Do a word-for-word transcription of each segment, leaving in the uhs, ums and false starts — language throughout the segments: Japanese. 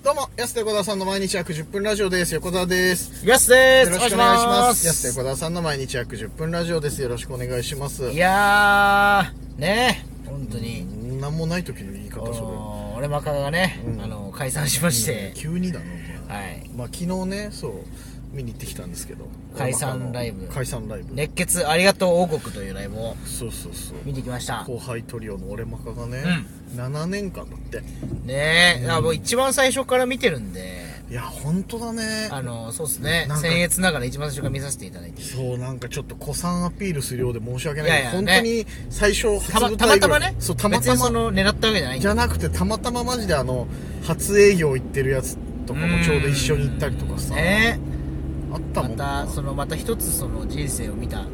どうも、安手横田さんの毎日約じゅっぷんラジオです。横田です。 安です。 よろしくお願いします。安手横田さんの毎日約じゅっぷんラジオです。よろしくお願いします。 いやー、ねえ、本当に。 なんもない時の言い方、それ。俺マカがね、 うん、 あの、解散しまして。 うん、急にだな、 はい。 まあ昨日ね、そう、見に行ってきたんですけど。 解散ライブ。 解散ライブ。 熱血ありがとう王国というライブを。 そうそうそう。 見てきました。 後輩トリオの俺マカがね、うん、ななねんかんだって。 ねえ、うん、もう一番最初から見てるんで。 いや、本当だね。 あの、そうですね。僭越ながら一番最初から見させていただいて。 そう、なんかちょっと古参アピールするようで申し訳ないけど、本当に最初、 たまたまたまね。 そう、たまたま。 その狙ったわけじゃないじゃなくて、たまたまマジであの、初営業行ってるやつとかもちょうど一緒に行ったりとかさ。 ねあったもんな。 また、その、また一つその人生を見たという。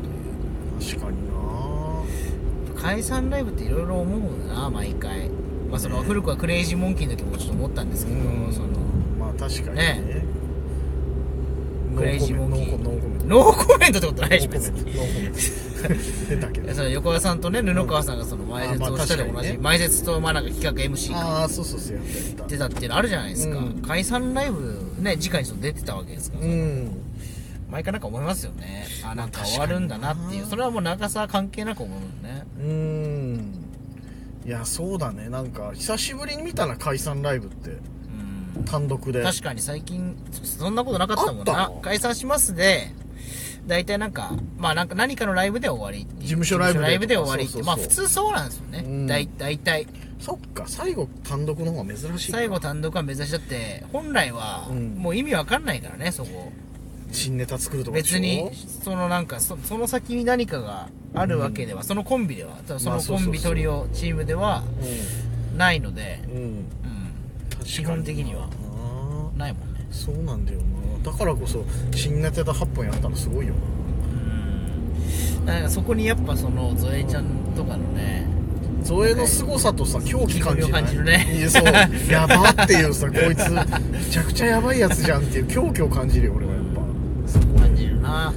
確かにな。 解散ライブっていろいろ思うな、毎回。まあその、古くはクレイジーモンキーの時もちょっと思ったんですけど、その、 まあ確かにね。クレイジーモンキー。 ノーコメント。 ノーコメントってことないし、別に。 ノーコメント。出たけど。 その横田さんとね、布川さんがその前説をしたで同じ、前説とまあなんか企画 エムシー か。 ああ、そうそうそう、やった出たっていうのあるじゃないですか。解散ライブね、次回に出てたわけですから。うん。毎回なんか思いますよね。あ、なんか終わるんだなっていう。それはもう長さ関係なく思うのね。 うーん。いや、そうだね。なんか、久しぶりに見たな、解散ライブって。うん。単独で。 確かに最近、そんなことなかったもんな。解散しますで、大体なんか、まあなんか何かのライブで終わり。 事務所ライブで。 ライブで終わりって。まあ普通そうなんですよね。だいたい。 そっか、最後単独の方が珍しい。 最後単独は珍しい。だって、本来は、もう意味わかんないからね、そこ。 新ネタ作るとか別にそのなんか そ, その先に何かがあるわけでは、うん、そのコンビではそのコンビトリオチームではないので、うんうん、基本的にはないもんね。 そうなんだよな。だからこそ新ネタではっぽんやったのすごいよな。うん、だからそこにやっぱそのゾエちゃんとかのね、 ゾエの凄さとさ、狂気感じる、 感じるね。 いや、そう、やばっていうさ、こいつめちゃくちゃやばいやつじゃんっていう狂気を感じるよ俺はやっぱ。 感じるな。うん、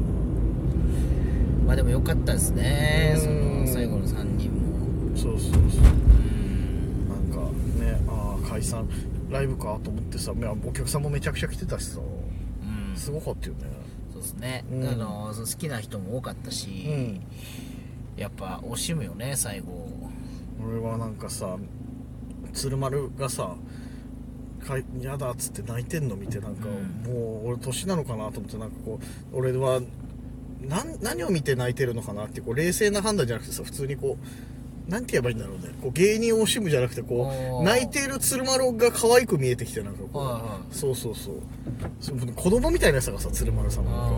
まあでも良かったですね、その最後のさんにんも。 そうそうそう、うん、なんかね、ああ解散ライブかと思ってさ、お客さんもめちゃくちゃ来てたしさ、うん、すごかったよね。 そうですね、うん、あの好きな人も多かったし、うん、やっぱ惜しむよね最後。 俺はなんかさ、鶴丸がさやだっつって泣いてんの見て、なんか、うん、もう俺年なのかなと思って、なんかこう俺は何, 何を見て泣いてるのかなってこう冷静な判断じゃなくてさ、普通にこうなんて言えばいいんだろうね、こう芸人を惜しむじゃなくて、こう泣いている鶴丸が可愛く見えてきて、なんかこうそうそうそうそう、子供みたいなやつがさ鶴丸さんなんか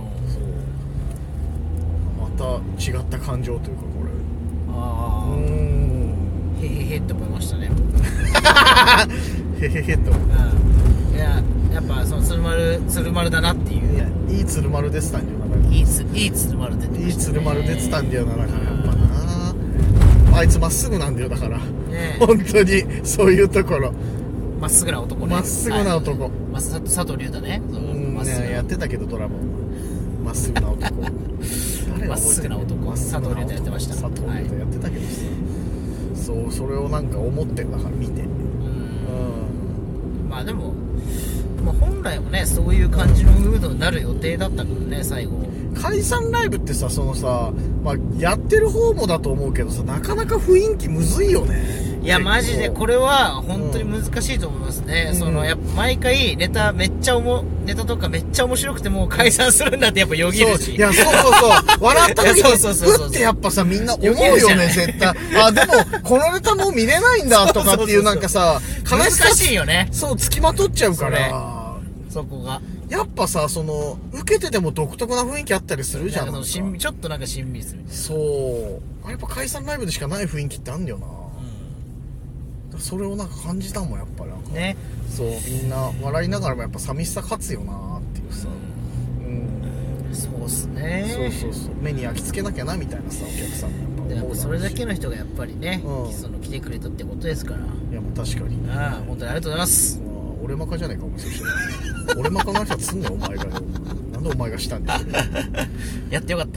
そうまた違った感情というか、これああ、うーん、 へへへって思いましたねへへへっと、うん、 いややっぱその鶴丸鶴丸だなっていう。 いや、いい鶴丸出てたんだよな。 いいついい鶴丸出てましたね。 いい鶴丸出てたんだよな、なんかやっぱな。あいつまっすぐなんだよ、だから、ね、本当にそういうところまっすぐな男ね。 まっすぐな男、 まあ、佐藤隆太ね。 うんね、やってたけどドラマまっすぐな男まっすぐな男、佐藤隆太やってました。 佐藤隆太やってたけどさ、はい、そうそれをなんか思ってるだから見て、うん、 まあでも、まあ、本来はねそういう感じのムードになる予定だったからね。最後解散ライブってさ、そのさ、まあ、やってる方もだと思うけどさ、なかなか雰囲気むずいよね。 いやマジでこれは本当に難しいと思いますね、うん、そのやっぱ毎回ネタめっちゃおもネタとかめっちゃ面白くても解散するんだってやっぱよぎるし、 いやそうそうそう笑った時にふってやっぱさみんな思うよね絶対。あでもこのネタもう見れないんだとかっていうなんかさ難しいよね。 そう付きまとっちゃうからそこがやっぱさ、その受けてても独特な雰囲気あったりするじゃん。なんかちょっとなんか親密みたいな。 そうあやっぱ解散ライブでしかない雰囲気ってあんだよな、うん、それをなんか感じたもんやっぱなんかね。そうみんな笑いながらもやっぱ寂しさ勝つよなっていうさ、うん、 うん、そうっすね。 そうそうそう目に焼き付けなきゃなみたいなさお客さんもやっぱ思う。それだけの人がやっぱりね、うん、その来てくれたってことですから。 いやもう確かに、 ああ本当にありがとうございます。 俺マカじゃねえかお前そして俺マカの話はつんねんお前がよ。なんでお前がしたんだよやってよかった。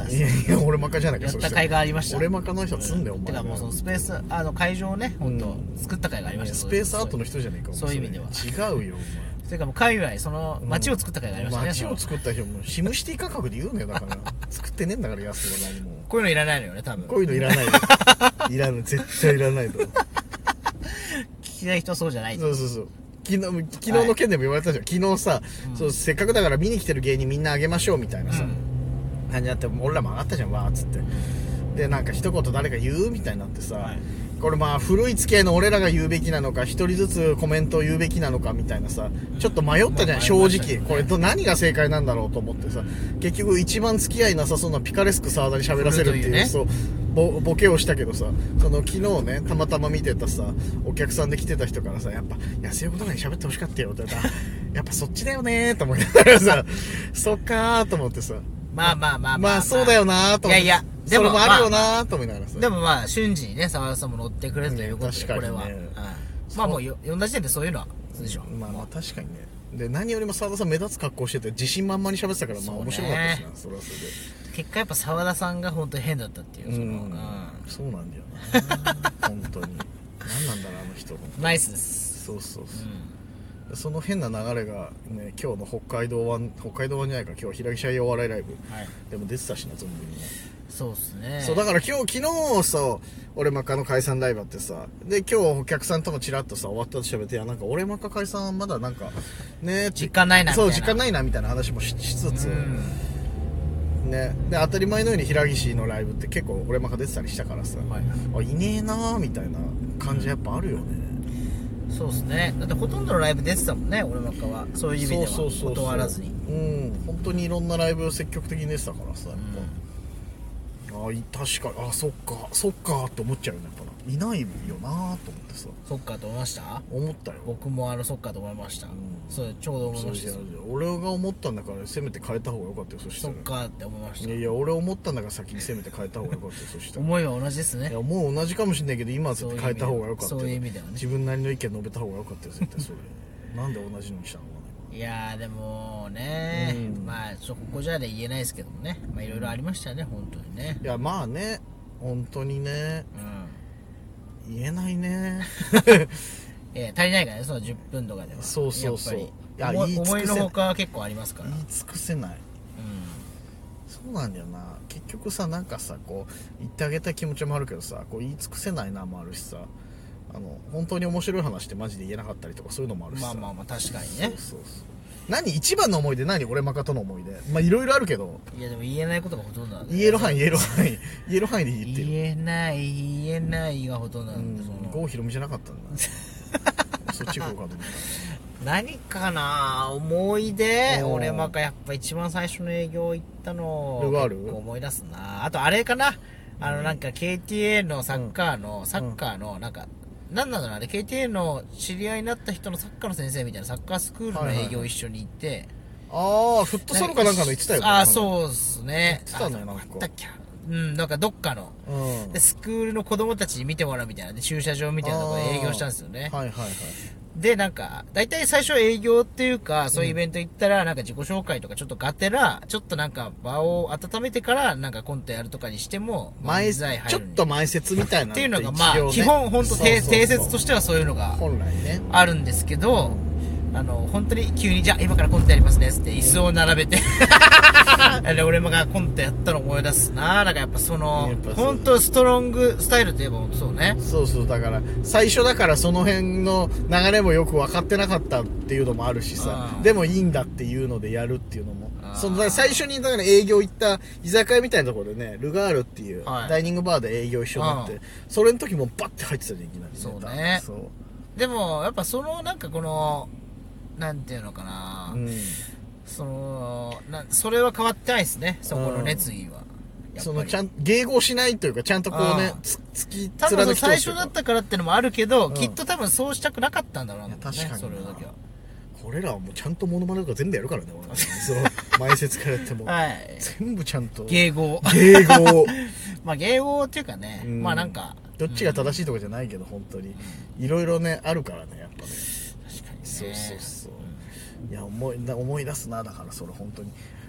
たいやいや俺マカじゃないかやった甲斐がありました。 俺マカの人つんでお前てかもうそのスペースあの会場をね本当作った甲斐がありました。 スペースアートの人じゃねえか。 そういう意味では違うよお前。 それかもう界隈その街を作った甲斐がありましたね。 街を作った人もシムシティ価格で言うねだから作ってねえんだから安は何も。 こういうのいらないのよね多分。 こういうのいらないよ。いらない絶対いらないと。 聞きたい人はそうじゃない。 そうそうそう。昨日昨日の件でも言われたじゃん。昨日さ、うん、そうせっかくだから見に来てる芸人みんなあげましょうみたいなさ、うん、感じになって俺らも上がったじゃんわーっつって。でなんか一言誰か言うみたいになってさ、はい、これまあ古い付き合いの俺らが言うべきなのか一人ずつコメントを言うべきなのかみたいなさちょっと迷ったじゃん、正直これと何が正解なんだろうと思ってさ結局一番付き合いなさそうなピカレスク沢田に喋らせるっていう、ね、そうボ, ボケをしたけどさその昨日ねたまたま見てたさお客さんで来てた人からさやっぱ安いことに喋ってほしかったよって言ったらやっぱそっちだよねーと思いながらさそっかーと思ってさまあまあまあまあまあそうだよなーと思っていやいやでもそれもあるよなーと思いながらさでもまあ瞬時にね沢田さんも乗ってくれるということで、 ね、確かにねこれは、うん、まあもうよ呼んだ時点でそういうのはそうでしょまあまあ確かにねで何よりも沢田さん目立つ格好してて自信満々に喋ってたからまあ面白かったしなそれはそれで結果やっぱ沢田さんが本当に変だったっていうその、うんうん、 そうなんだよな本当に何なんだろうあの人ナイスですそうそうそう、うん、その変な流れがね今日の北海道湾北海道湾じゃないか今日平木社用お笑いライブ、はい、でも出てたしな存分にねそうっすねそうだから今日昨日さ俺マカの解散ライブあってさで今日お客さんともチラッとさ終わったと喋っていやなんか俺マカ解散まだなんかね時間ないなみたいなそう時間ないなみたいな話も し, しつつねで当たり前のように平岸のライブって結構俺マカ出てたりしたからさ、はい、あいねえなーみたいな感じやっぱあるよね、 うん、そうっすねだってほとんどのライブ出てたもんね俺マカはそういう意味では断らずにうん本当にいろんなライブを積極的に出てたからさやっぱ、うん、あ確かにあそっかそっかって思っちゃうよねやっぱないないよなと思ってさそっかと思いました思ったよ僕もあのそっかと思いました、うん、そうちょうど思いました俺が思ったんだからせめて変えた方がよかったよそしたらそっかって思いましたいやいや俺思ったんだから先にせめて変えた方がよかったよそしたら思いは同じですねいやもう同じかもしれないけど今は絶対変えた方がよかったよそういう意味ではね自分なりの意見述べた方がよかったよ絶対それなんで同じのにしたのかないやーでもね、うん、まあちょここじゃで言えないですけどもねまあいろいろありましたね本当にねいやまあね本当にね、うん、言えないねえ足りないからねそのじゅっぷんとかではそうそうそういや思い思いのほかは結構ありますから言い尽くせない、うん、そうなんだよな結局さなんかさこう言ってあげたい気持ちもあるけどさこう言い尽くせないなもあるしさあの本当に面白い話ってマジで言えなかったりとかそういうのもあるしさまあまあまあ確かにねそうそうそう何一番の思い出何俺マカとの思い出まあいろいろあるけどいやでも言えないことがほとんどなんだ、ね、言える範囲言える範囲言える範囲で言ってる言えない言えないがほとんどなんだ郷ひろみじゃなかったんだそっち行こうかと思った何かな思い出俺マカやっぱ一番最初の営業行ったのを結構思い出すなあとあれかなあのなんか ケーティーエー のサッカーの、うん、サッカーのなんかなんなのあれ ケーティーエー の知り合いになった人のサッカーの先生みたいなサッカースクールの営業一緒に行って、はいはいはい、ああフットサルかなんかの言ってたよねああそうっすね言ってたねなんかだっけうんなんかどっかの、うん、でスクールの子供たちに見てもらうみたいなで駐車場みたいなところで営業したんですよねはいはいはいでなんか大体最初営業っていうかそういうイベント行ったら、うん、なんか自己紹介とかちょっとがてらちょっとなんか場を温めてからなんかコントやるとかにしても前ちょっと前説みたいなっていうのがまあ、ね、基本本当定説としてはそういうのが本来ねあるんですけど、あの本当に急にじゃあ今からコントやりますねって椅子を並べて俺もがコントやったの思い出すななんかやっぱその本当ストロングスタイルといえばそうねそうそうだから最初だからその辺の流れもよく分かってなかったっていうのもあるしさでもいいんだっていうのでやるっていうのもその最初にだから営業行った居酒屋みたいなところでねルガールっていう、はい、ダイニングバーで営業一緒になってそれの時もバッて入ってたじゃんいきなり、ね、 そうねそうでもやっぱそのなんかこのなんていうのかな、うん、そのなそれは変わってないですねそこの熱意は、 うん、そのちゃん迎合しないというかちゃんとこうねつ突き多分最初だったからってのもあるけど、うん、きっと多分そうしたくなかったんだろうな、ね、 確かにそれだけは俺らはもうちゃんとモノマネとか全部やるからね俺そう前説からやっても、はい、全部ちゃんと迎合迎合まあ迎合っていうかね、うん、まあなんかどっちが正しいとかじゃないけど、うん、本当にいろいろねあるからねやっぱね確かにねそうそうそういや思い思い出すなだからそれ本当に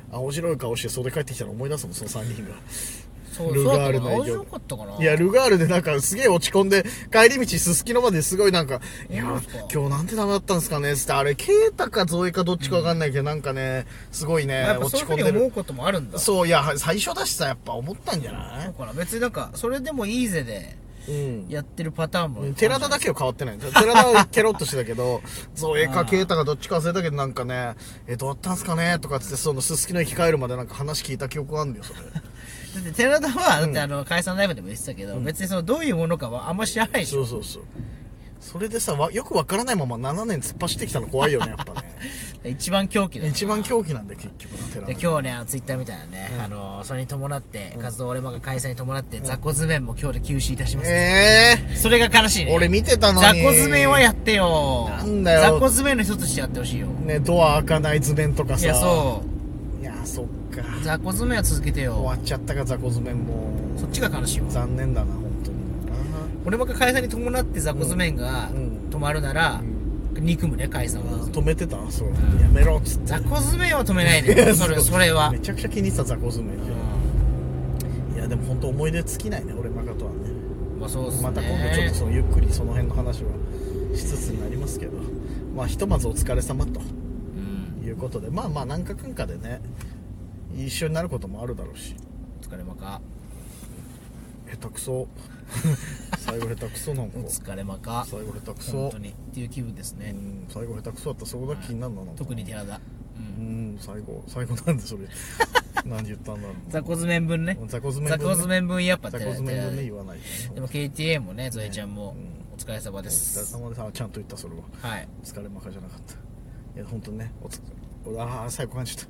青白い顔して袖帰ってきたの思い出すもん、そのさんにんが。 そうルガールのそうだったかな。面影響白かったかな。 いや、ルガールでなんかすげえ落ち込んで、帰り道すすきのまですごいなんか、いや本当ですか、 今日なんてダメだったんですかねつって、あれ、ケイタかゾエかどっちかわかんないけど、なんかね、すごいね、 やっぱそういうふうに落ち込んでる。 思うこともあるんだ。 そう、いや、最初だしさ、やっぱ思ったんじゃなそういかな。別になんか、それでもいいぜで、 うん。 やってるパターンも。 寺田だけは変わってない。寺田はケロッとしてたけど、ゾエかケイタかどっちか忘れたけど、なんかね、え、どうだったんすかねとかつって、そのすすきの駅帰るまでなんか話聞いた記憶があるんだよ、それ。 だって寺田は、だってあの、解散ライブでも言ってたけど、別にその、どういうものかはあんま知らないでしょ。 そうそうそう。それでさ、わよくわからないままななねん突っ走ってきたの怖いよね、やっぱね。 一番狂気だよ。 一番狂気なんだよ、結局な、寺田。 で今日ね、ツイッターみたいなね、あの、それに伴って、活動俺まが開催に伴って、雑魚図面も今日で休止いたします。 えそれが悲しいえー、 ね。 俺見てたのに。 雑魚図面はやってよ。 なんだよ雑魚図面の一つとしてやってほしいよ。 ね、ドア開かない図面とかさ。 いや、そいや、そっか。 う。雑魚図面は続けて終わよ。 っちゃったか、雑魚図面も。 そっちが悲しいわ。 残念だな、本当に。 俺まが開催に伴って雑魚図面がうん止まるなら、憎むね、解散は。 止めてたそう。やめろっつって。 雑魚図面は止めないでよ。それ、それは。 めちゃくちゃ気に入ってた雑魚図面じゃん。いや、でも本当思い出尽きないね、俺マカとはね。 まあそうっすね。 また今度ちょっとそのゆっくりその辺の話はしつつになりますけど、まあひとまずお疲れ様とうん。 いうことで、まあまあ何かかんかでね一緒になることもあるだろうし、 お疲れまか。 下手くそ最後下手くそなんかお疲れまか。 最後下手くそ本当に。っていう気分ですね。 うん最後下手くそだったらそこだけ気になるな、なんか特に寺田。う。 うんん最後最後なんでそれ何言ったんだろう雑魚図面分ね。 雑魚図面雑魚図面分やっぱ雑魚図面分ね言わないとねでも ケーティーエー もね、ゾエちゃんもお疲れ様でお疲れす。 様です。あちゃんと言ったそれははい。 疲れまかじゃなかったいや本当にねおつ俺ああ最後感じた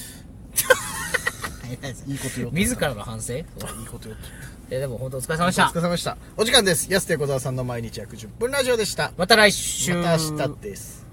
いいこと言おうと自らの反省。いいいこと言おうとやでも本当お疲れ様でしたお疲。れ様でした。お時間です。安手小沢さんの毎日約じゅっぷんラジオでした。 また来週。 また明日です。